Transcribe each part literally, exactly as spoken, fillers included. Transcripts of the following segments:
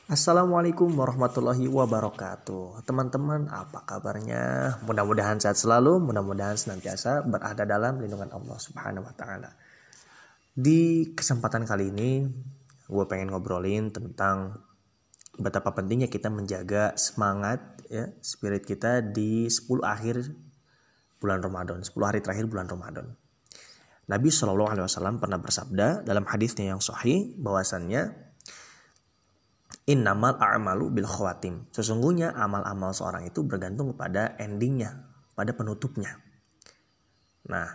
Assalamualaikum warahmatullahi wabarakatuh. Teman-teman, apa kabarnya? Mudah-mudahan sehat selalu, mudah-mudahan senantiasa berada dalam lindungan Allah Subhanahu wa taala. Di kesempatan kali ini, gue pengen ngobrolin tentang betapa pentingnya kita menjaga semangat ya, spirit kita di sepuluh akhir bulan Ramadan, sepuluh hari terakhir bulan Ramadan. Nabi shallallahu alaihi wasallam pernah bersabda dalam hadisnya yang sahih bahwasannya innamal a'malu bil khawatim. Sesungguhnya amal-amal seorang itu bergantung pada endingnya, pada penutupnya. Nah,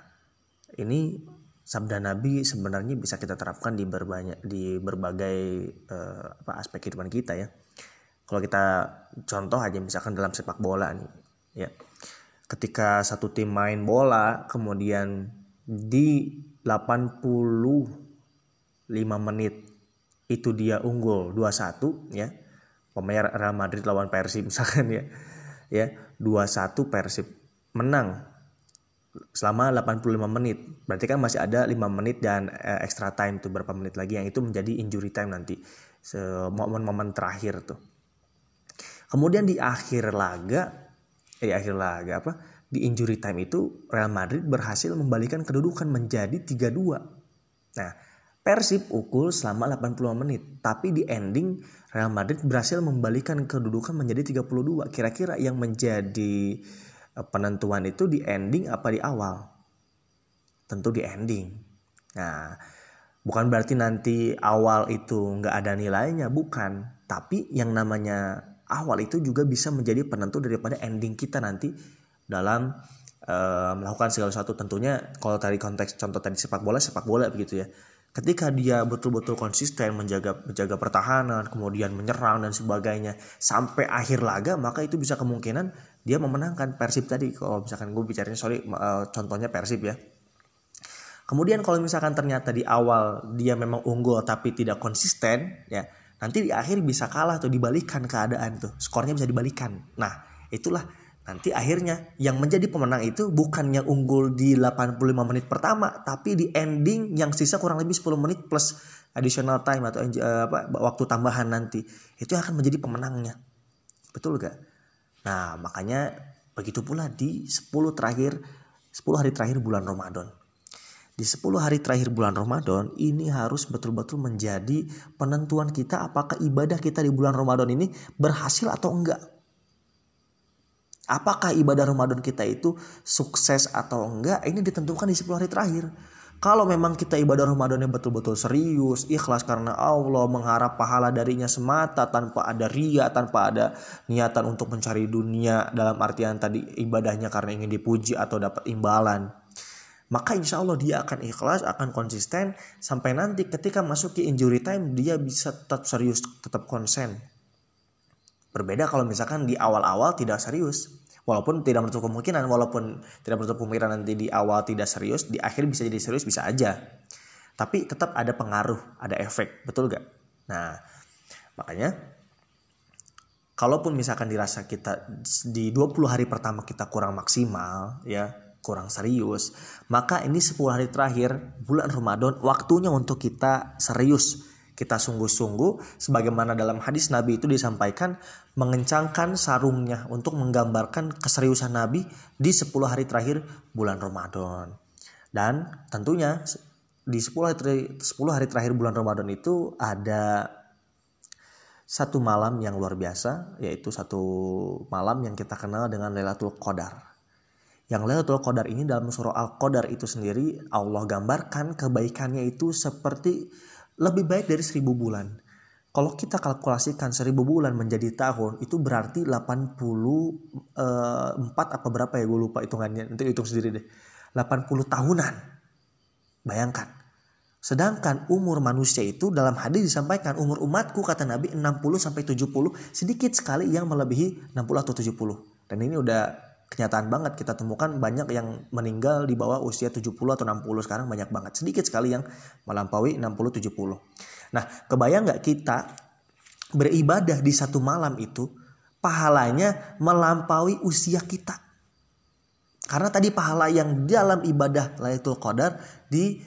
ini sabda Nabi sebenarnya bisa kita terapkan di berbanyak di berbagai eh, apa aspek kehidupan kita ya. Kalau kita contoh aja misalkan dalam sepak bola nih, ya. Ketika satu tim main bola, kemudian di delapan puluh lima menit itu dia unggul dua satu ya. Pemain Real Madrid lawan Persib misalkan ya. Ya, dua satu Persib menang selama delapan puluh lima menit. Berarti kan masih ada lima menit dan eh, extra time tuh berapa menit lagi yang itu menjadi injury time nanti. Momen-momen terakhir tuh. Kemudian di akhir laga eh akhir laga apa? Di injury time itu Real Madrid berhasil membalikan kedudukan menjadi tiga dua. Nah, Persib ukul selama delapan puluh menit, tapi di ending Real Madrid berhasil membalikan kedudukan menjadi tiga puluh dua. Kira-kira yang menjadi penentuan itu di ending apa di awal? Tentu di ending. Nah, bukan berarti nanti awal itu nggak ada nilainya, bukan. Tapi yang namanya awal itu juga bisa menjadi penentu daripada ending kita nanti dalam uh, melakukan segala sesuatu. Tentunya kalau tadi konteks contoh tadi sepak bola, sepak bola begitu ya. Ketika dia betul-betul konsisten menjaga menjaga pertahanan, kemudian menyerang dan sebagainya sampai akhir laga, maka itu bisa kemungkinan dia memenangkan Persib tadi. Kalau misalkan gue bicaranya sorry uh, contohnya Persib ya. Kemudian kalau misalkan ternyata di awal dia memang unggul tapi tidak konsisten ya, nanti di akhir bisa kalah tuh, dibalikan keadaan tuh. Skornya bisa dibalikan. Nah, itulah nanti akhirnya yang menjadi pemenang itu bukan yang unggul di delapan puluh lima menit pertama, tapi di ending yang sisa kurang lebih sepuluh menit plus additional time atau uh, apa, waktu tambahan nanti. Itu yang akan menjadi pemenangnya. Betul gak? Nah, makanya begitu pula di sepuluh terakhir, sepuluh hari terakhir bulan Ramadan. Di sepuluh hari terakhir bulan Ramadan ini harus betul-betul menjadi penentuan kita apakah ibadah kita di bulan Ramadan ini berhasil atau enggak. Apakah ibadah Ramadan kita itu sukses atau enggak, ini ditentukan di sepuluh hari terakhir. Kalau memang kita ibadah Ramadannya betul-betul serius, ikhlas karena Allah, mengharap pahala darinya semata tanpa ada ria, tanpa ada niatan untuk mencari dunia dalam artian tadi ibadahnya karena ingin dipuji atau dapat imbalan, maka insya Allah dia akan ikhlas, akan konsisten sampai nanti ketika masuk ke injury time dia bisa tetap serius, tetap konsen. Berbeda kalau misalkan di awal-awal tidak serius. Walaupun tidak menutup kemungkinan, walaupun tidak menutup kemungkinan nanti di awal tidak serius, di akhir bisa jadi serius, bisa aja. Tapi tetap ada pengaruh, ada efek, betul gak? Nah, makanya kalaupun misalkan dirasa kita di dua puluh hari pertama kita kurang maksimal, ya kurang serius, maka ini sepuluh hari terakhir bulan Ramadan waktunya untuk kita serius. Kita sungguh-sungguh sebagaimana dalam hadis Nabi itu disampaikan mengencangkan sarungnya untuk menggambarkan keseriusan Nabi di sepuluh hari terakhir bulan Ramadan. Dan tentunya di sepuluh hari, sepuluh hari terakhir bulan Ramadan itu ada satu malam yang luar biasa, yaitu satu malam yang kita kenal dengan Lailatul Qadar. Yang Lailatul Qadar ini dalam surah Al-Qadar itu sendiri Allah gambarkan kebaikannya itu seperti lebih baik dari seribu bulan. Kalau kita kalkulasikan seribu bulan menjadi tahun, itu berarti delapan puluh empat apa berapa ya, gue lupa hitungannya. Nanti hitung sendiri deh. delapan puluh tahunan. Bayangkan. Sedangkan umur manusia itu dalam hadis disampaikan umur umatku kata Nabi enam puluh sampai tujuh puluh, sedikit sekali yang melebihi enam puluh atau tujuh puluh. Dan ini udah kenyataan banget, kita temukan banyak yang meninggal di bawah usia tujuh puluh atau enam puluh sekarang banyak banget. Sedikit sekali yang melampaui enam puluh tujuh puluh. Nah, kebayang gak kita beribadah di satu malam itu pahalanya melampaui usia kita. Karena tadi pahala yang dalam ibadah Lailatul Qadar di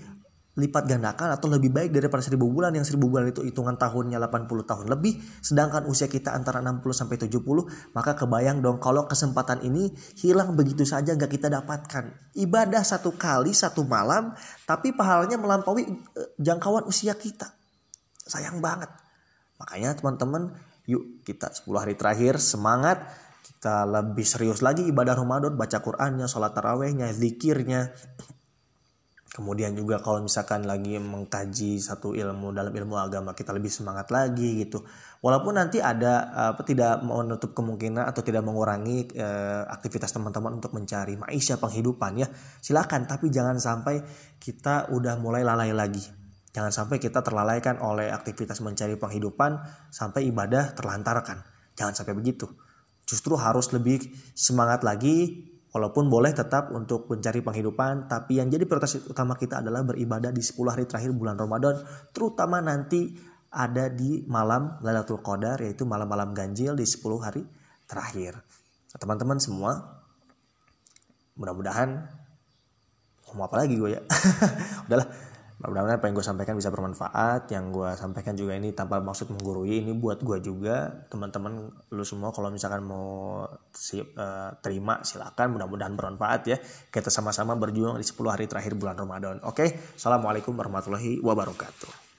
lipat gandakan atau lebih baik daripada seribu bulan, yang seribu bulan itu hitungan tahunnya delapan puluh tahun lebih, sedangkan usia kita antara enam puluh sampai tujuh puluh, maka kebayang dong kalau kesempatan ini hilang begitu saja gak kita dapatkan. Ibadah satu kali satu malam tapi pahalanya melampaui jangkauan usia kita. Sayang banget. Makanya teman-teman, yuk kita sepuluh hari terakhir semangat, kita lebih serius lagi ibadah Ramadan, baca Qur'annya, sholat tarawehnya, zikirnya. Kemudian juga kalau misalkan lagi mengkaji satu ilmu dalam ilmu agama, kita lebih semangat lagi gitu. Walaupun nanti ada apa, tidak menutup kemungkinan atau tidak mengurangi eh, aktivitas teman-teman untuk mencari maisha, penghidupan ya. Silakan, tapi jangan sampai kita udah mulai lalai lagi. Jangan sampai kita terlalaikan oleh aktivitas mencari penghidupan sampai ibadah terlantarkan. Jangan sampai begitu. Justru harus lebih semangat lagi. Walaupun boleh tetap untuk mencari penghidupan, tapi yang jadi prioritas utama kita adalah beribadah di sepuluh hari terakhir bulan Ramadan, terutama nanti ada di malam Lailatul Qadar, yaitu malam-malam ganjil di sepuluh hari terakhir. Nah, teman-teman semua, mudah-mudahan, ngomong apa lagi gue ya? Udahlah. Mudah-mudahan apa yang gue sampaikan bisa bermanfaat. Yang gue sampaikan juga ini tanpa maksud menggurui, ini buat gue juga. Teman-teman lu semua kalau misalkan mau si, uh, terima silakan, mudah-mudahan bermanfaat ya. Kita sama-sama berjuang di sepuluh hari terakhir bulan Ramadan. Oke, assalamualaikum warahmatullahi wabarakatuh.